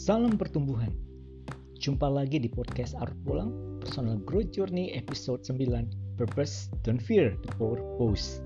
Salam pertumbuhan. Jumpa lagi di podcast Arut Pulang Personal Growth Journey episode 9, Purpose, Don't Fear the Purpose.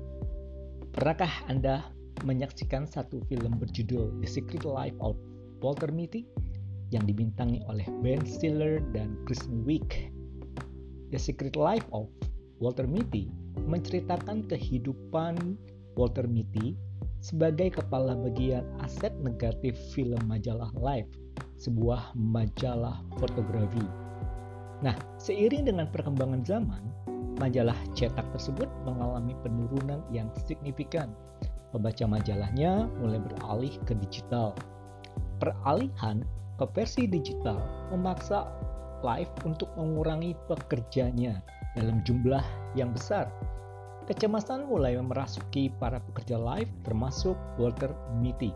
Pernahkah Anda menyaksikan satu film berjudul The Secret Life of Walter Mitty yang dibintangi oleh Ben Stiller dan Kristen Wiig? The Secret Life of Walter Mitty menceritakan kehidupan Walter Mitty sebagai kepala bagian aset negatif film majalah Life, sebuah majalah fotografi. Nah, seiring dengan perkembangan zaman, majalah cetak tersebut mengalami penurunan yang signifikan. Pembaca majalahnya mulai beralih ke digital. Peralihan ke versi digital memaksa Life untuk mengurangi pekerjanya dalam jumlah yang besar. Kecemasan mulai merasuki para pekerja Life, termasuk Walter Mitty.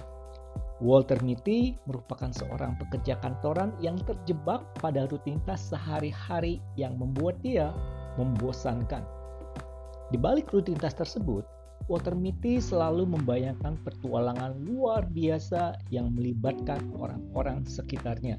Walter Mitty merupakan seorang pekerja kantoran yang terjebak pada rutinitas sehari-hari yang membuat dia membosankan. Di balik rutinitas tersebut, Walter Mitty selalu membayangkan petualangan luar biasa yang melibatkan orang-orang sekitarnya.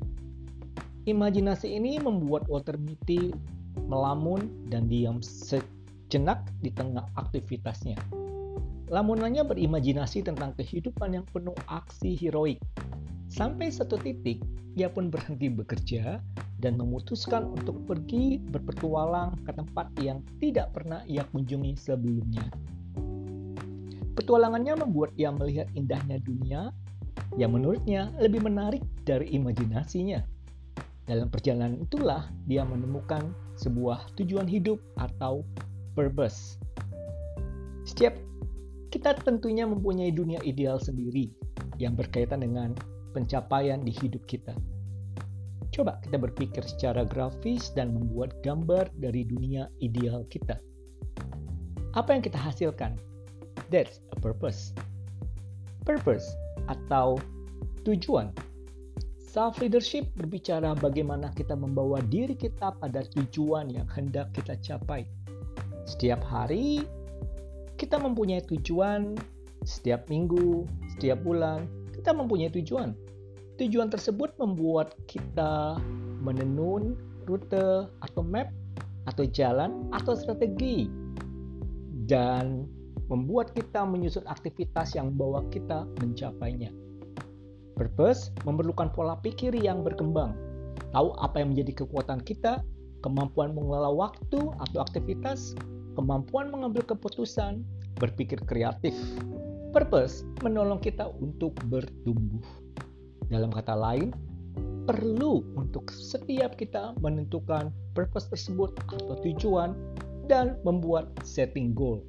Imajinasi ini membuat Walter Mitty melamun dan diam sejenak di tengah aktivitasnya. Lamunannya berimajinasi tentang kehidupan yang penuh aksi heroik. Sampai satu titik, ia pun berhenti bekerja dan memutuskan untuk pergi berpetualang ke tempat yang tidak pernah ia kunjungi sebelumnya. Petualangannya membuat ia melihat indahnya dunia yang menurutnya lebih menarik dari imajinasinya. Dalam perjalanan itulah dia menemukan sebuah tujuan hidup atau purpose. Setiap kita tentunya mempunyai dunia ideal sendiri yang berkaitan dengan pencapaian di hidup kita. Coba kita berpikir secara grafis dan membuat gambar dari dunia ideal kita. Apa yang kita hasilkan? That's a purpose. Purpose atau tujuan. Self-leadership berbicara bagaimana kita membawa diri kita pada tujuan yang hendak kita capai. Setiap hari, kita mempunyai tujuan. Setiap minggu, setiap bulan, kita mempunyai tujuan. Tujuan tersebut membuat kita menenun rute atau map, atau jalan, atau strategi. Dan membuat kita menyusun aktivitas yang membawa kita mencapainya. Purpose memerlukan pola pikir yang berkembang. Tahu apa yang menjadi kekuatan kita, kemampuan mengelola waktu atau aktivitas, kemampuan mengambil keputusan, berpikir kreatif. Purpose menolong kita untuk bertumbuh. Dalam kata lain, perlu untuk setiap kita menentukan purpose tersebut atau tujuan dan membuat setting goal.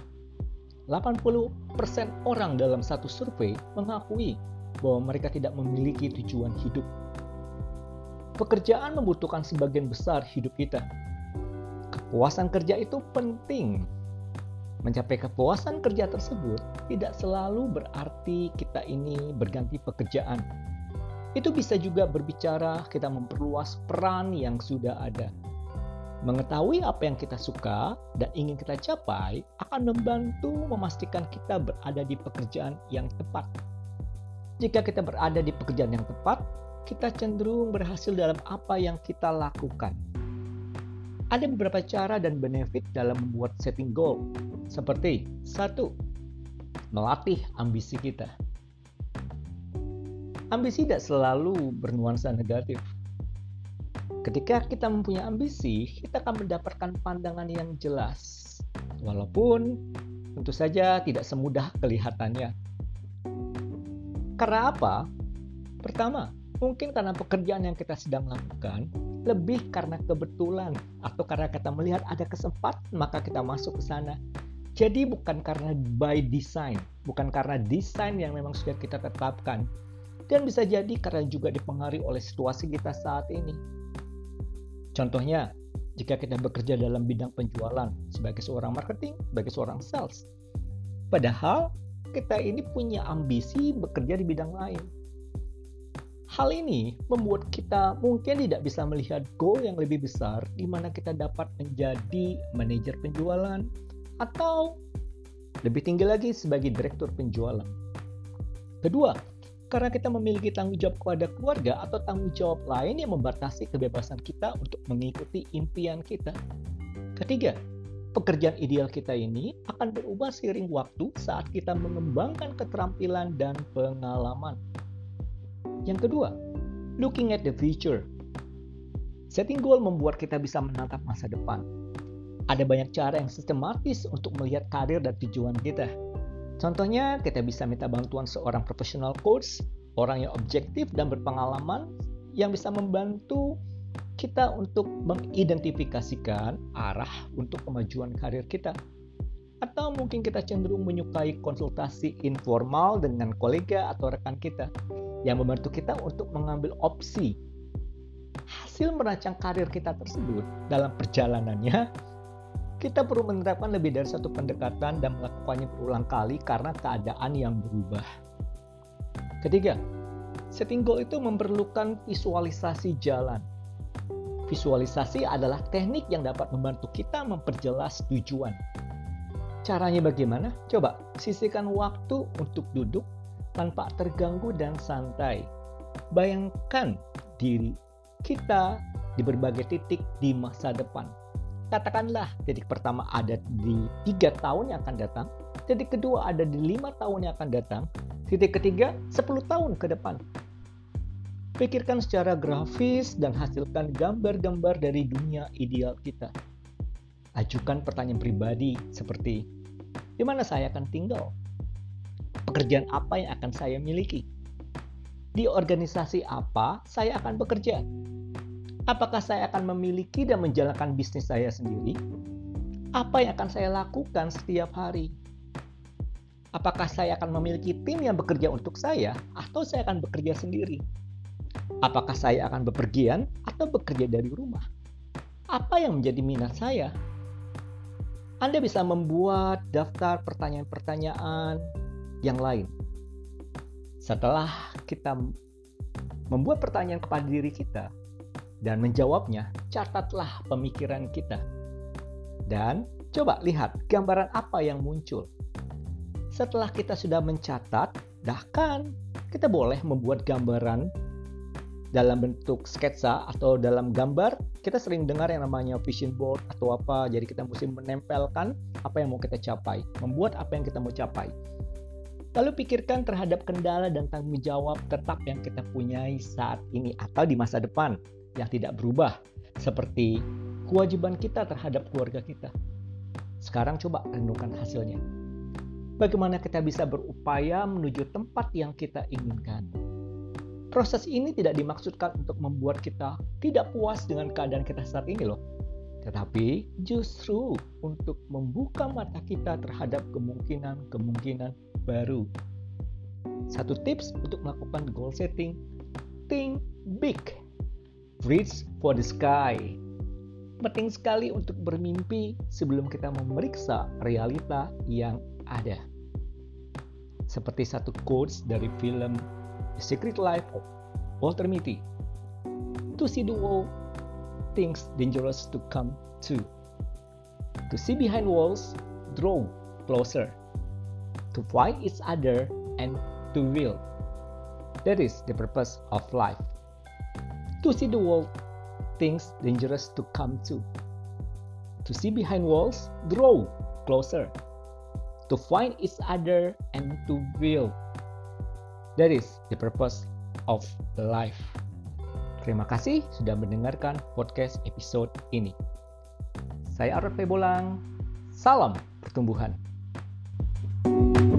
80% orang dalam satu survei mengakui bahwa mereka tidak memiliki tujuan hidup. Pekerjaan membutuhkan sebagian besar hidup kita. Kepuasan kerja itu penting. Mencapai kepuasan kerja tersebut tidak selalu berarti kita ini berganti pekerjaan. Itu bisa juga berbicara kita memperluas peran yang sudah ada. Mengetahui apa yang kita suka dan ingin kita capai akan membantu memastikan kita berada di pekerjaan yang tepat. Jika kita berada di pekerjaan yang tepat, kita cenderung berhasil dalam apa yang kita lakukan. Ada beberapa cara dan benefit dalam membuat setting goal, seperti 1. Melatih ambisi kita. Ambisi tidak selalu bernuansa negatif. Ketika kita mempunyai ambisi, kita akan mendapatkan pandangan yang jelas, walaupun tentu saja tidak semudah kelihatannya. Karena apa? Pertama, mungkin karena pekerjaan yang kita sedang lakukan, lebih karena kebetulan atau karena kita melihat ada kesempatan maka kita masuk ke sana. Jadi bukan karena by design, bukan karena desain yang memang sudah kita tetapkan. Dan bisa jadi karena juga dipengaruhi oleh situasi kita saat ini. Contohnya, jika kita bekerja dalam bidang penjualan sebagai seorang marketing, sebagai seorang sales. Padahal kita ini punya ambisi bekerja di bidang lain. Hal ini membuat kita mungkin tidak bisa melihat goal yang lebih besar di mana kita dapat menjadi manajer penjualan atau lebih tinggi lagi sebagai direktur penjualan. Kedua, karena kita memiliki tanggung jawab kepada keluarga atau tanggung jawab lain yang membatasi kebebasan kita untuk mengikuti impian kita. Ketiga, pekerjaan ideal kita ini akan berubah seiring waktu saat kita mengembangkan keterampilan dan pengalaman. Yang kedua, looking at the future. Setting goal membuat kita bisa menatap masa depan. Ada banyak cara yang sistematis untuk melihat karir dan tujuan kita. Contohnya, kita bisa minta bantuan seorang professional coach, orang yang objektif dan berpengalaman yang bisa membantu kita untuk mengidentifikasikan arah untuk kemajuan karir kita. Atau mungkin kita cenderung menyukai konsultasi informal dengan kolega atau rekan kita yang membantu kita untuk mengambil opsi. Hasil merancang karir kita tersebut dalam perjalanannya, kita perlu menerapkan lebih dari satu pendekatan dan melakukannya berulang kali karena keadaan yang berubah. Ketiga, setting goal itu memerlukan visualisasi jalan. Visualisasi adalah teknik yang dapat membantu kita memperjelas tujuan. Caranya bagaimana? Coba sisihkan waktu untuk duduk tanpa terganggu dan santai. Bayangkan diri kita di berbagai titik di masa depan. Katakanlah titik pertama ada di 3 tahun yang akan datang, titik kedua ada di 5 tahun yang akan datang, titik ketiga 10 tahun ke depan. Pikirkan secara grafis dan hasilkan gambar-gambar dari dunia ideal kita. Ajukan pertanyaan pribadi seperti, di mana saya akan tinggal? Pekerjaan apa yang akan saya miliki? Di organisasi apa saya akan bekerja? Apakah saya akan memiliki dan menjalankan bisnis saya sendiri? Apa yang akan saya lakukan setiap hari? Apakah saya akan memiliki tim yang bekerja untuk saya atau saya akan bekerja sendiri? Apakah saya akan bepergian atau bekerja dari rumah? Apa yang menjadi minat saya? Anda bisa membuat daftar pertanyaan-pertanyaan yang lain. Setelah kita membuat pertanyaan kepada diri kita dan menjawabnya, catatlah pemikiran kita. Dan coba lihat gambaran apa yang muncul. Setelah kita sudah mencatat, bahkan kita boleh membuat gambaran dalam bentuk sketsa atau dalam gambar. Kita sering dengar yang namanya vision board atau apa. Jadi kita mesti menempelkan apa yang mau kita capai, membuat apa yang kita mau capai. Lalu pikirkan terhadap kendala dan tanggung jawab tetap yang kita punyai saat ini atau di masa depan yang tidak berubah, seperti kewajiban kita terhadap keluarga kita. Sekarang coba renungkan hasilnya. Bagaimana kita bisa berupaya menuju tempat yang kita inginkan? Proses ini tidak dimaksudkan untuk membuat kita tidak puas dengan keadaan kita saat ini loh. Tetapi justru untuk membuka mata kita terhadap kemungkinan-kemungkinan baru. Satu tips untuk melakukan goal setting, think big. Reach for the sky. Penting sekali untuk bermimpi sebelum kita memeriksa realita yang ada. Seperti satu quotes dari film The Secret Life of Walter Mitty. To see the world, things dangerous to come to. To see behind walls, draw closer. To find each other and to will. That is the purpose of life. To see the world, things dangerous to come to. To see behind walls, draw closer. To find each other and to will. That is the purpose of life. Terima kasih sudah mendengarkan podcast episode ini. Saya Arut Pebolang. Salam pertumbuhan.